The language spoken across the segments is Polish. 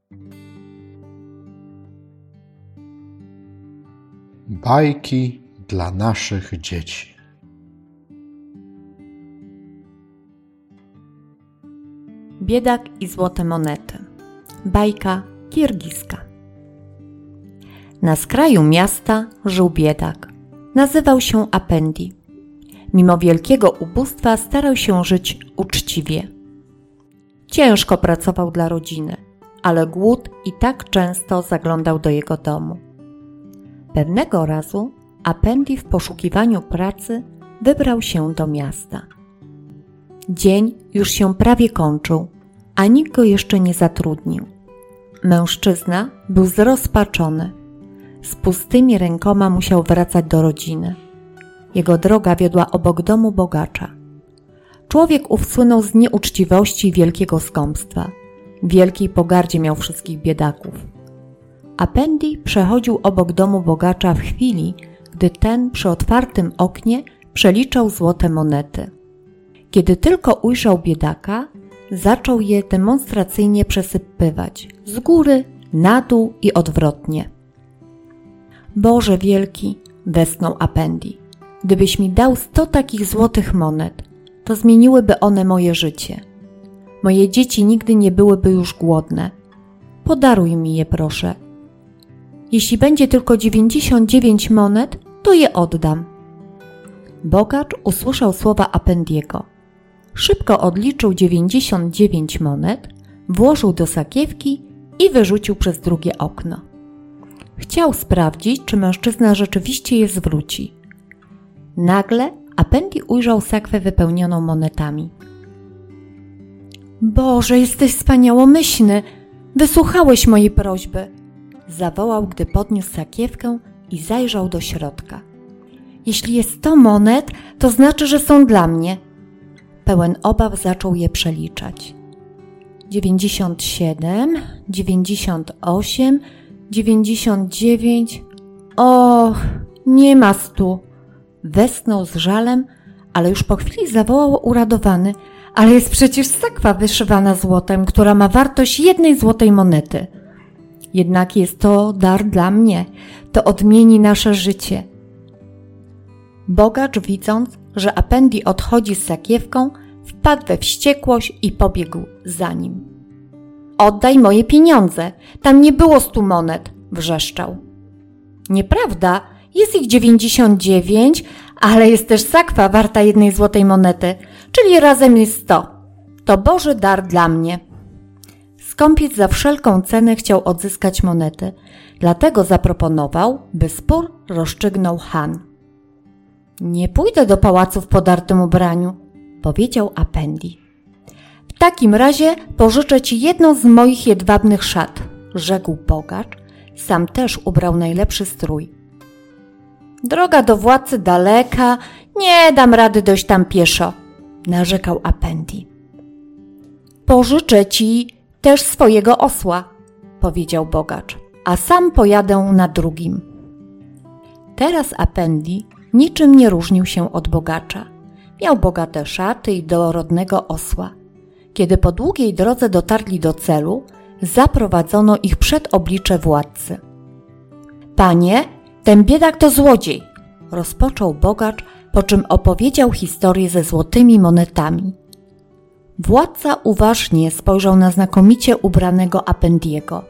Bajki dla naszych dzieci. Biedak i złote monety. Bajka kirgiska. Na skraju miasta żył biedak. Nazywał się Apendi. Mimo wielkiego ubóstwa starał się żyć uczciwie. Ciężko pracował dla rodziny, ale głód i tak często zaglądał do jego domu. Pewnego razu Apendi w poszukiwaniu pracy wybrał się do miasta. Dzień już się prawie kończył, a nikt go jeszcze nie zatrudnił. Mężczyzna był zrozpaczony. Z pustymi rękoma musiał wracać do rodziny. Jego droga wiodła obok domu bogacza. Człowiek ów słynął z nieuczciwości i wielkiego skąpstwa. W wielkiej pogardzie miał wszystkich biedaków. Apendi przechodził obok domu bogacza w chwili, gdy ten przy otwartym oknie przeliczał złote monety. Kiedy tylko ujrzał biedaka, zaczął je demonstracyjnie przesypywać z góry, na dół i odwrotnie. Boże wielki, westchnął Apendi, gdybyś mi dał 100 takich złotych monet, to zmieniłyby one moje życie. Moje dzieci nigdy nie byłyby już głodne. Podaruj mi je, proszę. Jeśli będzie tylko 99 monet, to je oddam. Bogacz usłyszał słowa Apendiego. Szybko odliczył 99 monet, włożył do sakiewki i wyrzucił przez drugie okno. Chciał sprawdzić, czy mężczyzna rzeczywiście je zwróci. Nagle Apendi ujrzał sakwę wypełnioną monetami. Boże, jesteś wspaniałomyślny! Wysłuchałeś mojej prośby! Zawołał, gdy podniósł sakiewkę i zajrzał do środka. Jeśli jest 100 monet, to znaczy, że są dla mnie. Pełen obaw zaczął je przeliczać. 97, 98, 99... Och, nie ma 100! Westchnął z żalem, ale już po chwili zawołał uradowany. Ale jest przecież sakwa wyszywana złotem, która ma wartość 1 złotej monety. Jednak jest to dar dla mnie, to odmieni nasze życie. Bogacz, widząc, że Apendi odchodzi z sakiewką, wpadł we wściekłość i pobiegł za nim. Oddaj moje pieniądze, tam nie było 100 monet, wrzeszczał. Nieprawda, jest ich 99, ale jest też sakwa warta 1 złotej monety, czyli razem jest 100. To Boży dar dla mnie. Skąpiec za wszelką cenę chciał odzyskać monety, dlatego zaproponował, by spór rozstrzygnął Han. Nie pójdę do pałacu w podartym ubraniu, powiedział Apendi. W takim razie pożyczę ci jedną z moich jedwabnych szat, rzekł bogacz. Sam też ubrał najlepszy strój. Droga do władcy daleka, nie dam rady dojść tam pieszo, narzekał Apendi. Pożyczę ci też swojego osła, powiedział bogacz, a sam pojadę na drugim. Teraz Apendi niczym nie różnił się od bogacza. Miał bogate szaty i dorodnego osła. Kiedy po długiej drodze dotarli do celu, zaprowadzono ich przed oblicze władcy. Panie, ten biedak to złodziej, rozpoczął bogacz, po czym opowiedział historię ze złotymi monetami. Władca uważnie spojrzał na znakomicie ubranego Apendiego.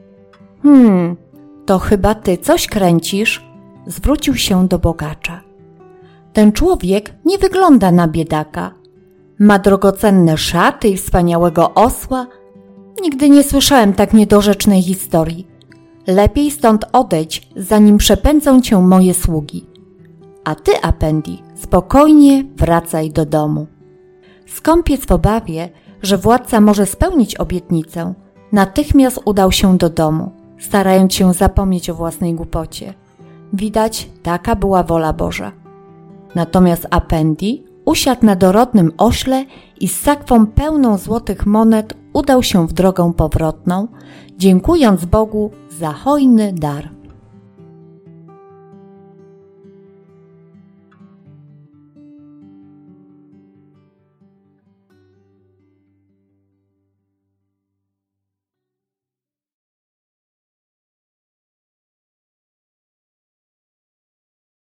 To chyba ty coś kręcisz? Zwrócił się do bogacza. Ten człowiek nie wygląda na biedaka. Ma drogocenne szaty i wspaniałego osła. Nigdy nie słyszałem tak niedorzecznej historii. Lepiej stąd odejdź, zanim przepędzą cię moje sługi. A ty, Apendi, spokojnie wracaj do domu. Skąpiec w obawie, że władca może spełnić obietnicę, natychmiast udał się do domu, starając się zapomnieć o własnej głupocie. Widać, taka była wola Boża. Natomiast Apendi usiadł na dorodnym ośle i z sakwą pełną złotych monet udał się w drogę powrotną, dziękując Bogu za hojny dar.